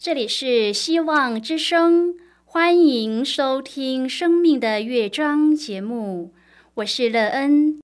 这里是希望之声，欢迎收听生命的乐章节目，我是乐恩。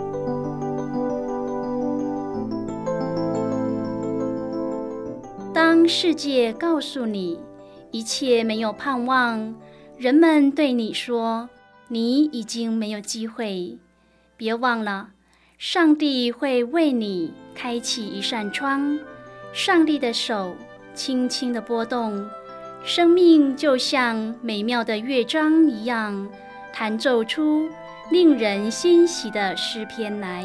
当世界告诉你一切没有盼望，人们对你说你已经没有机会，别忘了，上帝会为你开启一扇窗，上帝的手轻轻地拨动，生命就像美妙的乐章一样，弹奏出令人欣喜的诗篇来。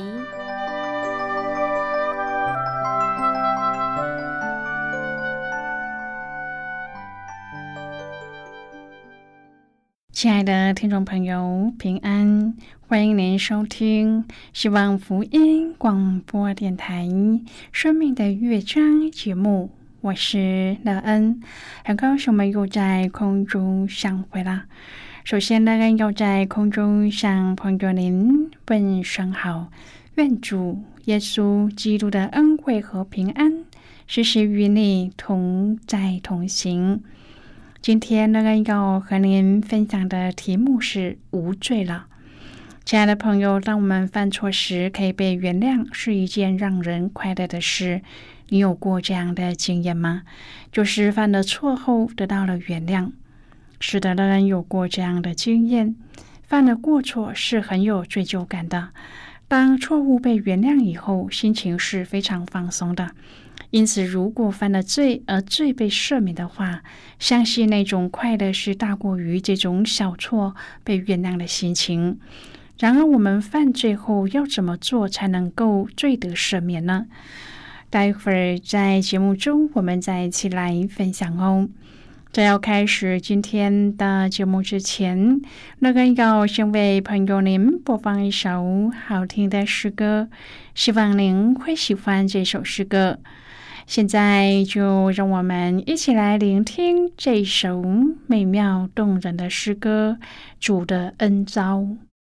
亲爱的听众朋友，平安，欢迎您收听希望福音广播电台生命的乐章节目，我是乐恩，很高兴我们又在空中相会了。首先，乐恩要在空中向朋友您问声好，愿主耶稣基督的恩惠和平安时时与你同在同行。今天乐恩要和您分享的题目是无罪了。亲爱的朋友，当我们犯错时可以被原谅，是一件让人快乐的事。你有过这样的经验吗？就是犯了错后得到了原谅。是的，乐恩有过这样的经验。犯了过错是很有罪疚感的。当错误被原谅以后，心情是非常放松的。因此，如果犯了罪而罪被赦免的话，相信那种快乐是大过于这种小错被原谅的心情。然而，我们犯罪后要怎么做才能够罪得赦免呢？待会儿在节目中我们再一起来分享哦。在要开始今天的节目之前，乐恩要先为朋友您播放一首好听的诗歌，希望您会喜欢这首诗歌。现在就让我们一起来聆听这首美妙动人的诗歌《主的恩召》。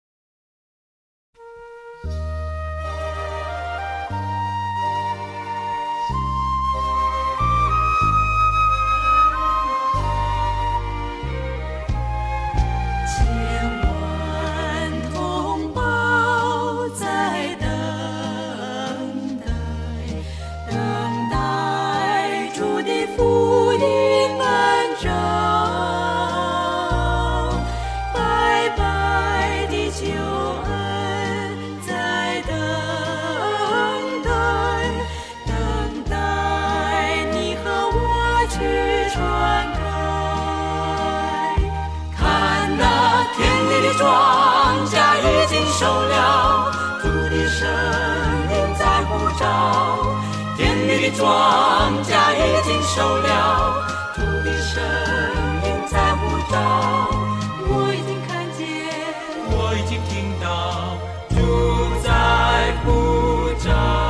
庄稼已经熟了，主的声音在呼召。田里的庄稼已经熟了，主的声音在呼召。我已经看见，我已经听到，主在呼召。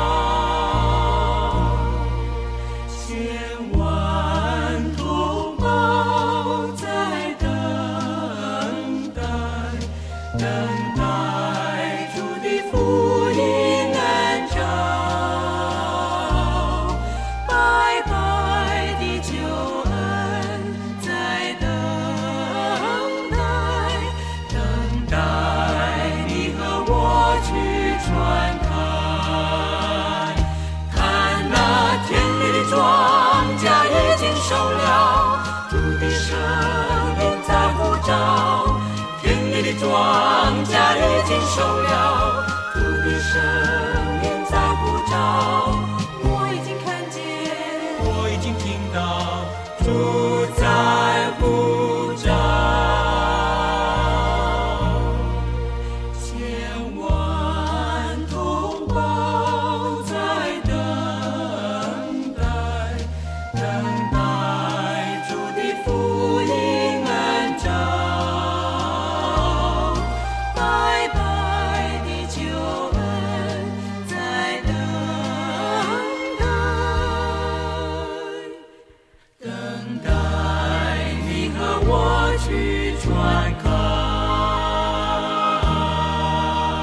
熟了，主的声音在呼召，田里的庄稼已经熟了，主的声音在呼召。我已经看见，我已经听到，主在呼召。千万同胞在等待，等待。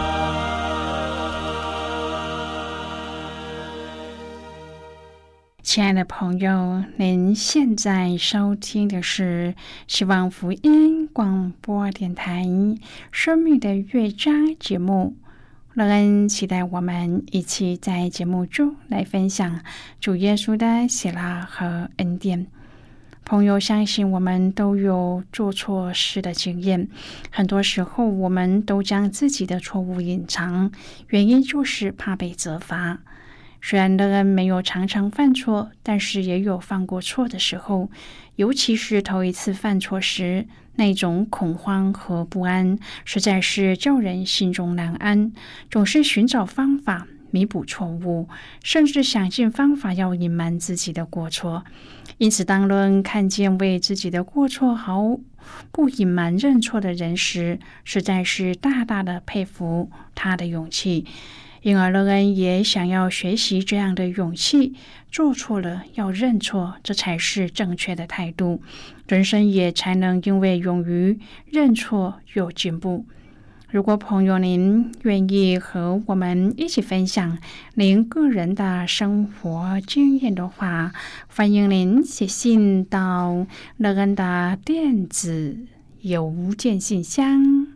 亲亲爱的朋友，您现在收听的是希望福音广播电台生命的乐章节目。乐恩期待我们一起在节目中来分享主耶稣的喜乐和恩典。朋友，相信我们都有做错事的经验，很多时候我们都将自己的错误隐藏，原因就是怕被责罚。虽然乐恩没有常常犯错，但是也有犯过错的时候，尤其是头一次犯错时，那种恐慌和不安实在是叫人心中难安，总是寻找方法弥补错误，甚至想尽方法要隐瞒自己的过错。因此当乐恩看见为自己的过错毫不隐瞒认错的人时，实在是大大的佩服他的勇气。因而乐恩也想要学习这样的勇气，做错了要认错，这才是正确的态度，人生也才能因为勇于认错有进步。如果朋友您愿意和我们一起分享您个人的生活经验的话，欢迎您写信到乐恩的电子邮件信箱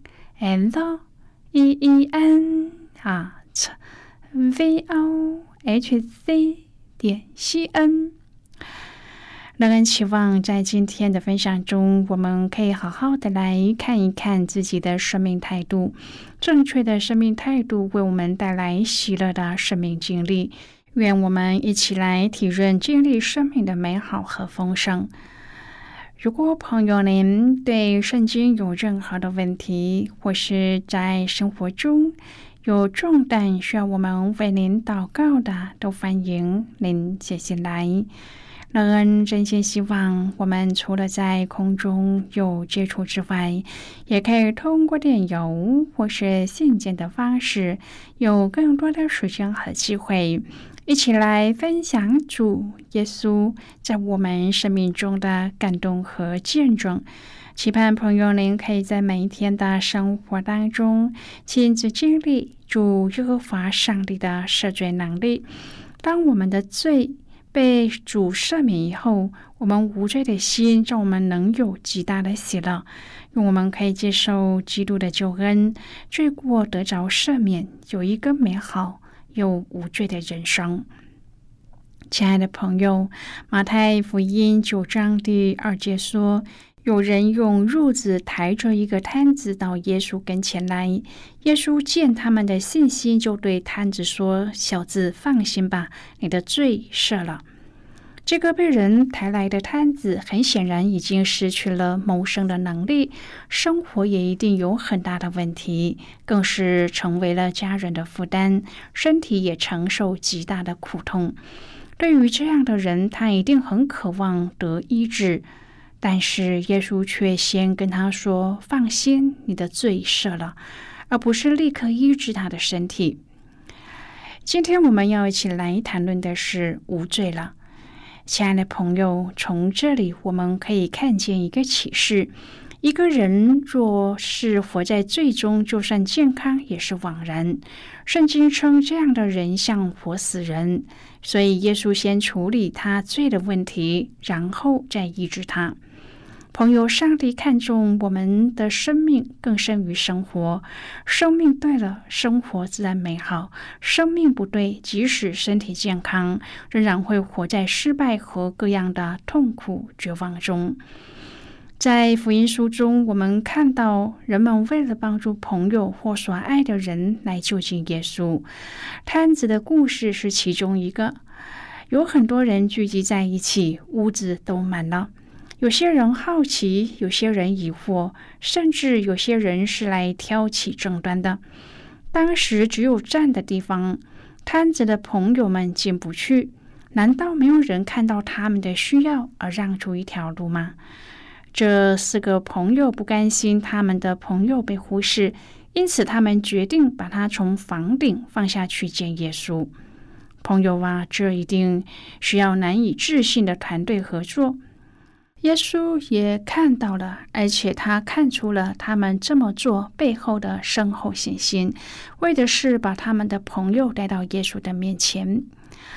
LEEN@vohc.cn。乐恩期望在今天的分享中，我们可以好好的来看一看自己的生命态度。正确的生命态度为我们带来喜乐的生命经历。愿我们一起来体认经历生命的美好和丰盛。如果朋友您对圣经有任何的问题，或是在生活中有重担需要我们为您祷告的，都欢迎您写信来。乐恩真心希望我们除了在空中有接触之外，也可以通过电邮或是信件的方式，有更多的时间和机会，一起来分享主耶稣在我们生命中的感动和见证。期盼朋友您可以在每一天的生活当中亲自经历主耶和华上帝的赦罪能力。当我们的罪被主赦免以后，我们无罪的心让我们能有极大的喜乐，因为我们可以接受基督的救恩，罪过得着赦免，有一个美好又无罪的人生。亲爱的朋友，马太福音9章第2节说，有人用褥子抬着一个摊子到耶稣跟前来，耶稣见他们的信心，就对摊子说，小子，放心吧，你的罪赦了。这个被人抬来的摊子很显然已经失去了谋生的能力，生活也一定有很大的问题，更是成为了家人的负担，身体也承受极大的苦痛。对于这样的人，他一定很渴望得医治，但是耶稣却先跟他说，放心，你的罪赦了，而不是立刻医治他的身体。今天我们要一起来谈论的是无罪了。亲爱的朋友，从这里我们可以看见一个启示，一个人若是活在罪中，就算健康也是枉然。圣经称这样的人像活死人，所以耶稣先处理他罪的问题，然后再医治他。朋友，上帝看重我们的生命更胜于生活，生命对了，生活自然美好；生命不对，即使身体健康，仍然会活在失败和各样的痛苦绝望中。在福音书中，我们看到人们为了帮助朋友或所爱的人来就近耶稣。摊子的故事是其中一个，有很多人聚集在一起，屋子都满了。有些人好奇，有些人疑惑，甚至有些人是来挑起争端的。当时只有站的地方，摊子的朋友们进不去。难道没有人看到他们的需要而让出一条路吗？这4个朋友不甘心他们的朋友被忽视，因此他们决定把他从房顶放下去见耶稣。朋友啊，这一定需要难以置信的团队合作。耶稣也看到了，而且他看出了他们这么做背后的深厚信心，为的是把他们的朋友带到耶稣的面前。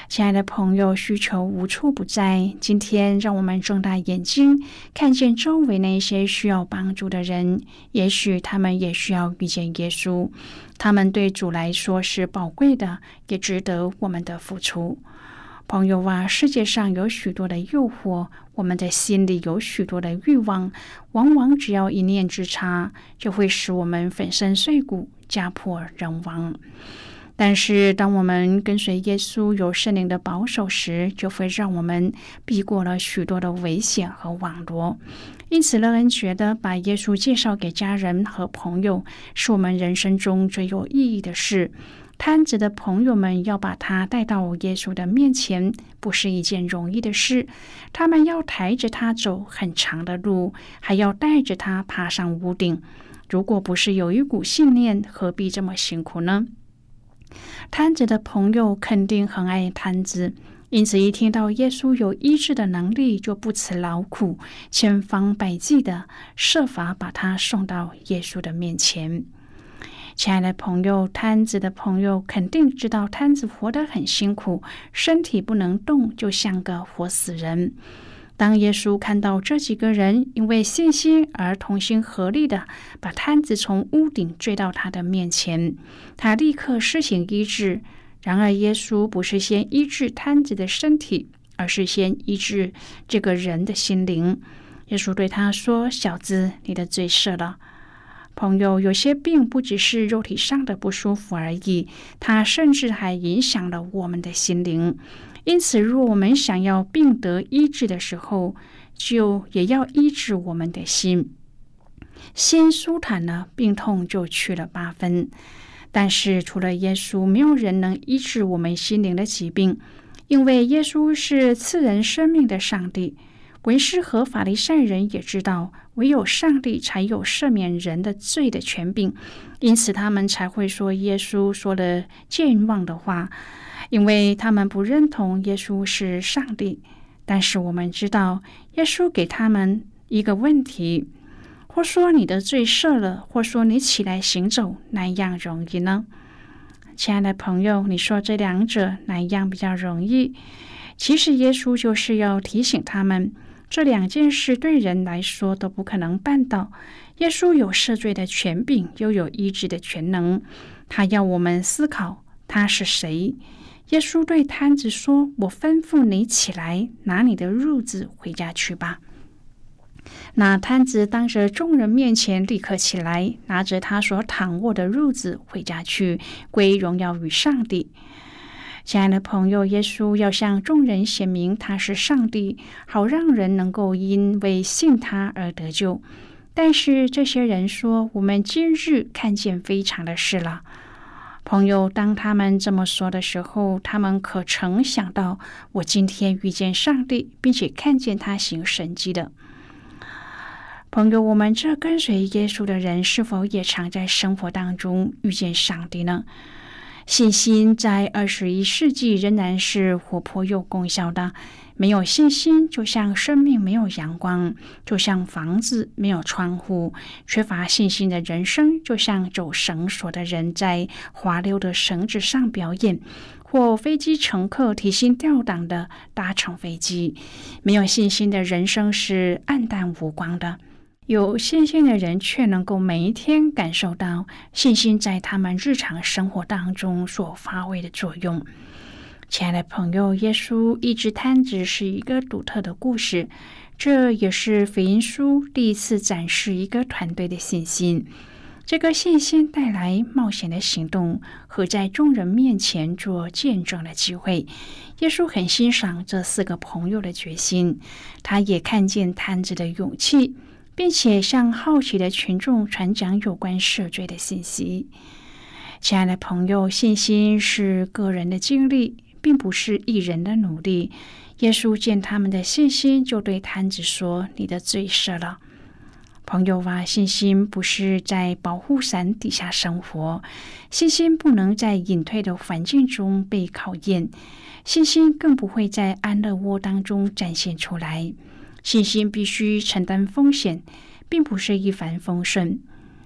亲爱的朋友，需求无处不在。今天让我们睁大眼睛，看见周围那些需要帮助的人，也许他们也需要遇见耶稣。他们对主来说是宝贵的，也值得我们的付出。朋友啊，世界上有许多的诱惑，我们的心里有许多的欲望，往往只要一念之差，就会使我们粉身碎骨，家破人亡。但是当我们跟随耶稣有圣灵的保守时，就会让我们避过了许多的危险和网罗。因此乐恩觉得把耶稣介绍给家人和朋友是我们人生中最有意义的事。摊子的朋友们要把他带到耶稣的面前，不是一件容易的事。他们要抬着他走很长的路，还要带着他爬上屋顶。如果不是有一股信念，何必这么辛苦呢？摊子的朋友肯定很爱摊子，因此一听到耶稣有医治的能力，就不辞劳苦，千方百计的设法把他送到耶稣的面前。亲爱的朋友，摊子的朋友肯定知道摊子活得很辛苦，身体不能动，就像个活死人。当耶稣看到这几个人因为信心而同心合力的把摊子从屋顶坠到他的面前，他立刻施行医治。然而耶稣不是先医治摊子的身体，而是先医治这个人的心灵。耶稣对他说：“小子，你的罪赦了。”朋友，有些病不只是肉体上的不舒服而已，它甚至还影响了我们的心灵。因此，若我们想要病得医治的时候，也要医治我们的心。心舒坦了，病痛就去了8分。但是除了耶稣，没有人能医治我们心灵的疾病，因为耶稣是赐人生命的上帝。文士和法利赛人也知道，唯有上帝才有赦免人的罪的权柄，因此他们才会说耶稣说了健忘的话，因为他们不认同耶稣是上帝。但是我们知道，耶稣给他们一个问题，或说你的罪赦了，或说你起来行走，哪一样容易呢？亲爱的朋友，你说这两者哪一样比较容易？其实耶稣就是要提醒他们，这2件事对人来说都不可能办到。耶稣有赦罪的权柄，又有医治的全能。他要我们思考他是谁。耶稣对摊子说：“我吩咐你起来，拿你的褥子回家去吧。”那摊子当着众人面前立刻起来，拿着他所躺卧的褥子回家去，归荣耀于上帝。亲爱的朋友，耶稣要向众人显明他是上帝，好让人能够因为信他而得救。但是这些人说，我们今日看见非常的事了。朋友，当他们这么说的时候，他们可曾想到，我今天遇见上帝，并且看见他行神迹的？朋友，我们这跟随耶稣的人，是否也常在生活当中遇见上帝呢？信心在21世纪仍然是活泼有功效的。没有信心，就像生命没有阳光，就像房子没有窗户。缺乏信心的人生，就像走绳索的人在滑溜的绳子上表演，或飞机乘客提心吊胆的搭乘飞机。没有信心的人生是暗淡无光的。有信心的人却能够每一天感受到信心在他们日常生活当中所发挥的作用。亲爱的朋友，耶稣医治摊子是一个独特的故事，这也是福音书第一次展示一个团队的信心。这个信心带来冒险的行动和在众人面前做见证的机会。耶稣很欣赏这4个朋友的决心，他也看见摊子的勇气，并且向好奇的群众传讲有关赦罪的信息。亲爱的朋友，信心是个人的经历，并不是一人的努力。耶稣见他们的信心，就对摊子说：“你的罪赦了。”朋友啊，信心不是在保护伞底下生活，信心不能在隐退的环境中被考验，信心更不会在安乐窝当中展现出来。信心必须承担风险，并不是一帆风顺。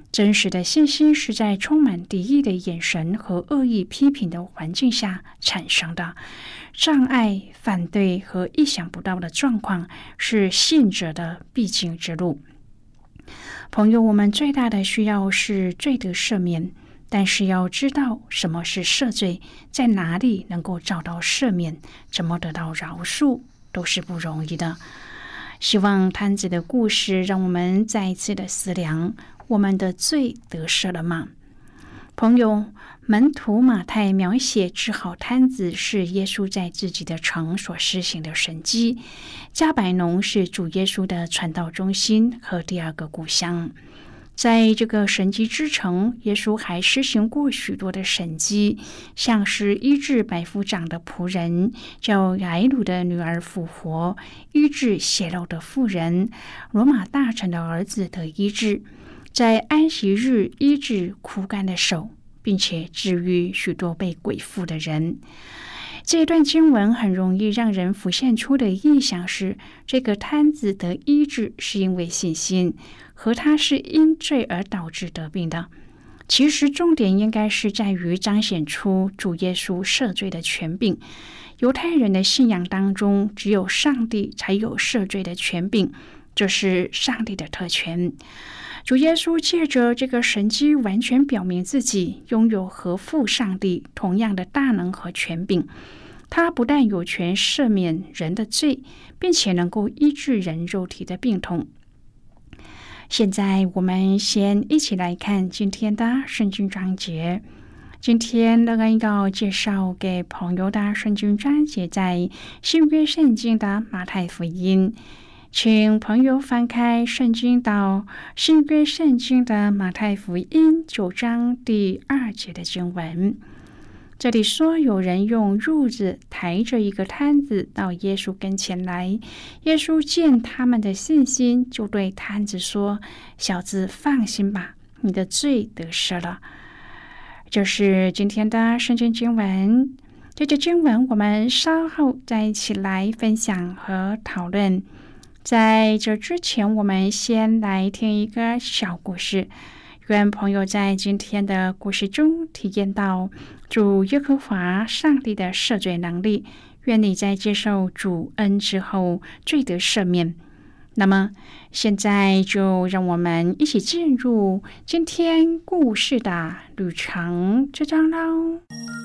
真实的信心是在充满敌意的眼神和恶意批评的环境下产生的。障碍、反对和意想不到的状况是信者的必经之路。朋友，我们最大的需要是罪得赦免，但是要知道什么是赦罪，在哪里能够找到赦免，怎么得到饶恕，都是不容易的。希望摊子的故事让我们再一次的思量，我们的罪得赦了吗？朋友，门徒马太描写治好摊子是耶稣在自己的城所施行的神迹，加百农是主耶稣的传道中心和第二个故乡。在这个神迹之城，耶稣还施行过许多的神迹，像是医治百夫长的仆人，叫雅鲁的女儿复活，医治血漏的妇人，罗马大臣的儿子得医治，在安息日医治枯干的手，并且治愈许多被鬼附的人。这一段经文很容易让人浮现出的意象是，这个摊子得医治是因为信心，和他是因罪而导致得病的。其实重点应该是在于彰显出主耶稣赦罪的权柄。犹太人的信仰当中，只有上帝才有赦罪的权柄，这是上帝的特权。主耶稣借着这个神迹完全表明自己拥有和父上帝同样的大能和权柄。他不但有权赦免人的罪，并且能够医治人肉体的病痛。现在我们先一起来看今天的圣经章节。今天乐恩要介绍给朋友的圣经章节在新约圣经的马太福音，请朋友翻开圣经到新约圣经的马太福音9章第2节的经文。这里说，有人用褥子抬着一个摊子到耶稣跟前来，耶稣见他们的信心，就对摊子说：小子，放心吧，你的罪得赦了。这是今天的圣经经文。这节经文我们稍后再一起来分享和讨论。在这之前，我们先来听一个小故事。愿朋友在今天的故事中体验到主耶和华上帝的赦罪能力。愿你在接受主恩之后，罪得赦免。那么现在就让我们一起进入今天故事的旅程之中喽。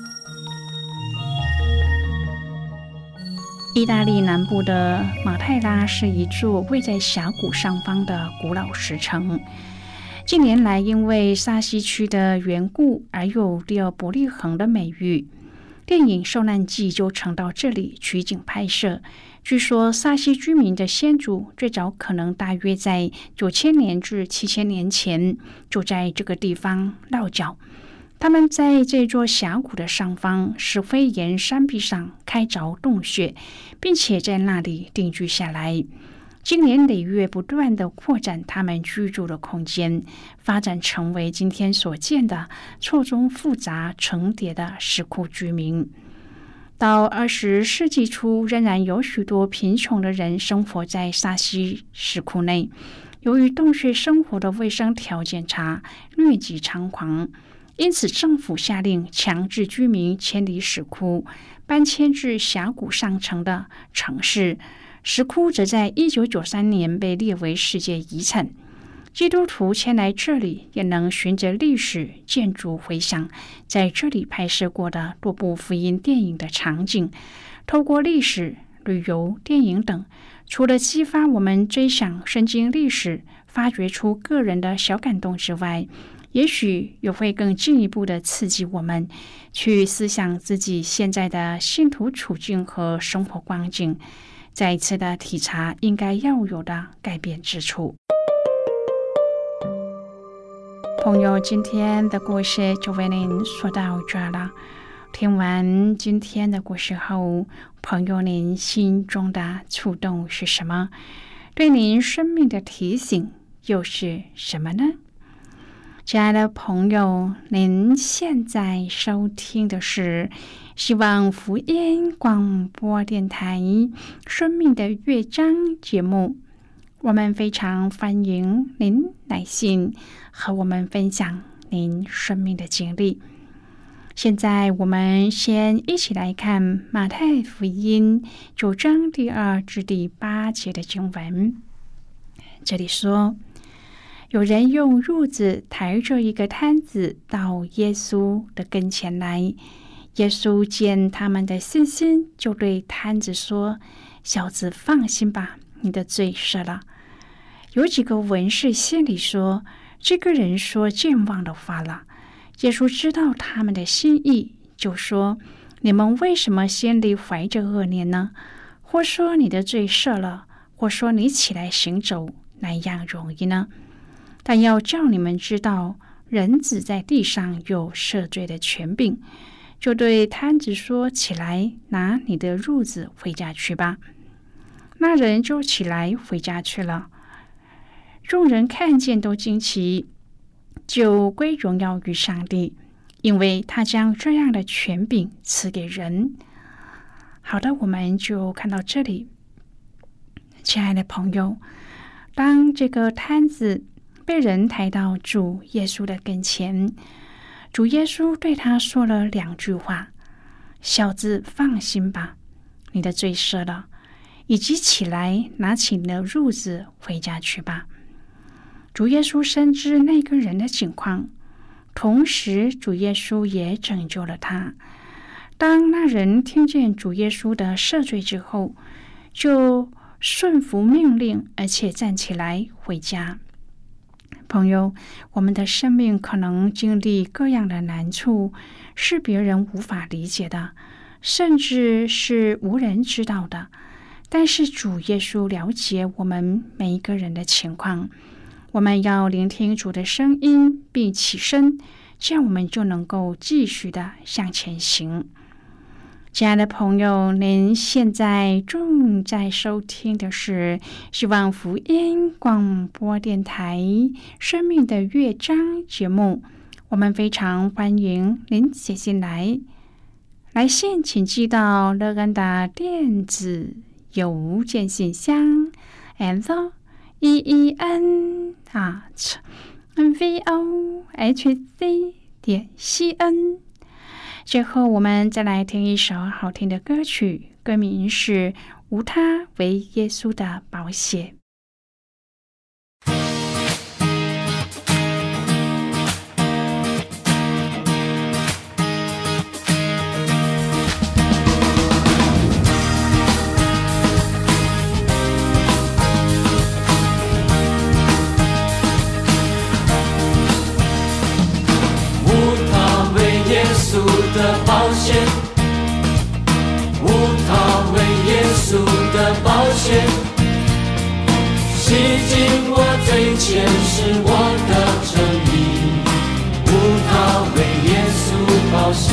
意大利南部的马泰拉是一座位在峡谷上方的古老石城。近年来，因为沙西区的缘故，而有第二伯利恒的美誉。电影《受难记》就曾到这里取景拍摄。据说沙西居民的先祖最早可能大约在9000年至7000年前就在这个地方落脚。他们在这座峡谷的上方石灰岩山壁上开凿洞穴，并且在那里定居下来。经年累月不断地扩展他们居住的空间，发展成为今天所见的错综复杂层叠的石窟居民。到20世纪初，仍然有许多贫穷的人生活在沙西石窟内。由于洞穴生活的卫生条件差，疟疾猖狂，因此政府下令强制居民迁离石窟，搬迁至峡谷上层的城市。石窟则在1993年被列为世界遗产。基督徒迁来这里，也能循着历史建筑回想在这里拍摄过的多部福音电影的场景。透过历史、旅游、电影等，除了激发我们追想圣经历史，发掘出个人的小感动之外，也许也会更进一步的刺激我们去思想自己现在的信徒处境和生活光景，再一次的体察应该要有的改变之处。朋友，今天的故事就为您说到这了。听完今天的故事后，朋友您心中的触动是什么？对您生命的提醒又是什么呢？亲爱的朋友，您现在收听的是希望福音广播电台生命的乐章节目， 我们非常欢迎您来信和我们分享您生命的经历。现在我们先一起来看马太福音9章第2至第8节的经文。这里说，有人用褥子抬着一个摊子到耶稣的跟前来，耶稣见他们的信心，就对摊子说，小子，放心吧，你的罪赦了。有几个文士心里说，这个人说健忘的话了。耶稣知道他们的心意，就说，你们为什么心里怀着恶念呢？或说你的罪赦了，或说你起来行走，哪样容易呢？但要叫你们知道，人子在地上有赦罪的权柄。就对摊子说，起来，拿你的褥子回家去吧。那人就起来回家去了。众人看见都惊奇，就归荣耀于上帝，因为他将这样的权柄赐给人。好的，我们就看到这里。亲爱的朋友，当这个摊子被人抬到主耶稣的跟前，主耶稣对他说了2句话，小子，放心吧，你的罪赦了，以及起来，拿起你的褥子回家去吧。主耶稣深知那个人的情况，同时主耶稣也拯救了他。当那人听见主耶稣的赦罪之后，就顺服命令，而且站起来回家。朋友，我们的生命可能经历各样的难处，是别人无法理解的，甚至是无人知道的。但是主耶稣了解我们每一个人的情况，我们要聆听主的声音，并起身，这样我们就能够继续的向前行。亲爱的朋友，您现在正在收听的是希望福音广播电台生命的乐章节目。我们非常欢迎您写信来，来信请寄到乐安的电子邮件信箱 LEEN@vohc.cn。最后，我们再来听一首好听的歌曲，歌名是《无他，唯耶稣的宝血》。 无他，唯耶稣的宝血，无他，唯耶稣的宝血，洗净我罪前是我的正义。无他，唯耶稣宝血，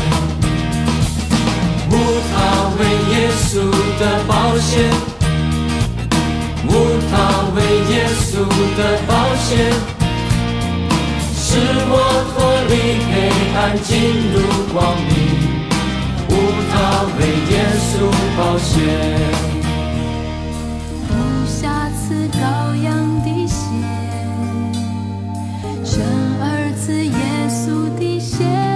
无他，唯耶稣的宝血，无他，唯耶稣的宝血，使我脱离黑暗，进入光明。无他，唯耶稣宝血， 无瑕疵羔羊的血，生儿子耶稣的血，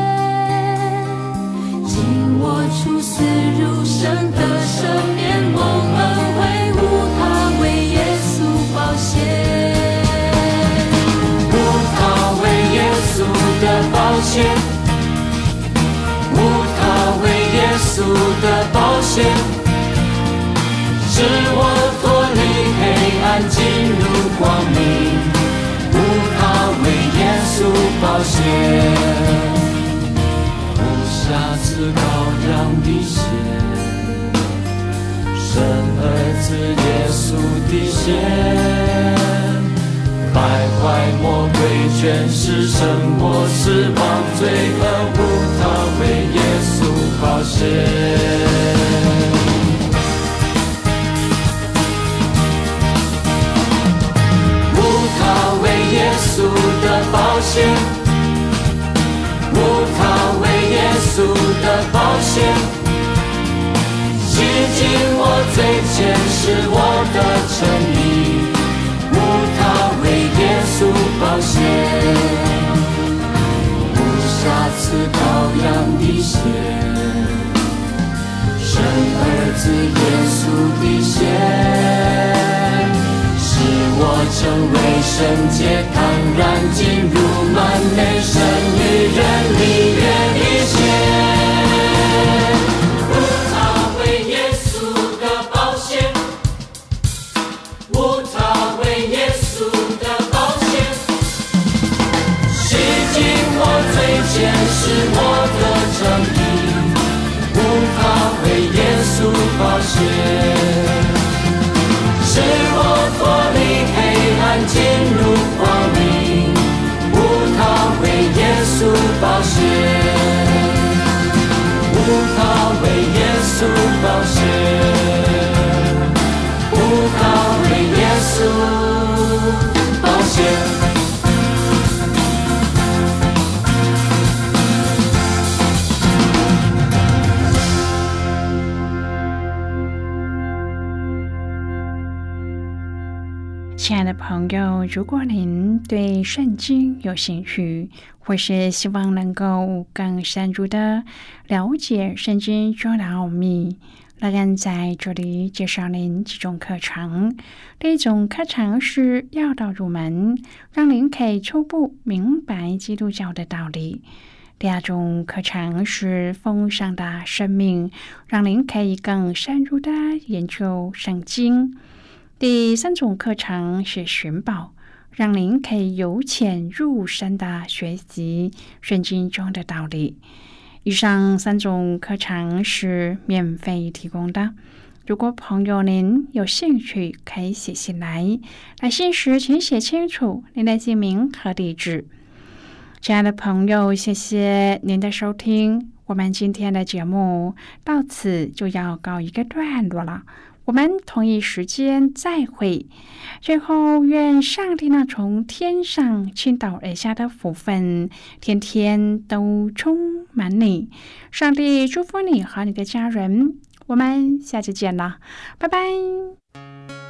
请我出死入生的赦免，蒙恩惠。无他，唯耶稣宝血，的宝血，无他，唯耶稣的宝血，使我脱离黑暗，进入光明。无他，唯耶稣宝血，无瑕疵羔羊的血，生儿子耶稣的血，败坏魔鬼权势，胜过死亡罪恶。无他，唯耶稣宝血，无他，唯耶稣的宝血，无他，唯耶稣的宝血，洗净我罪前是我的称义。 为圣洁，坦然进入满美神与人里约的线。无他为耶稣的宝血，无他为耶稣的宝血，洗净我罪愆，是我的正义。无他为耶稣宝血，使我脱离黑暗，进入光明。无他为耶稣宝血，无他为耶稣宝血，无他为耶稣宝血。 亲爱的朋友，如果您对圣经有兴趣，或是希望能够更深入的了解圣经中的奥秘，乐恩在这里介绍您几种课程。第一种课程是要道入门，让您可以初步明白基督教的道理。第二种课程是丰盛的生命，让您可以更深入的研究圣经。第三种课程是寻宝，让您可以由浅入深的学习圣经中的道理。以上三种课程是免费提供的，如果朋友您有兴趣，可以写信来信时请写清楚您的姓名和地址。亲爱的朋友，谢谢您的收听，我们今天的节目到此就要告一个段落了，我们同一时间再会。最后，愿上帝那从天上倾倒而下的福分，天天都充满你。上帝祝福你和你的家人，我们下次见了，拜拜。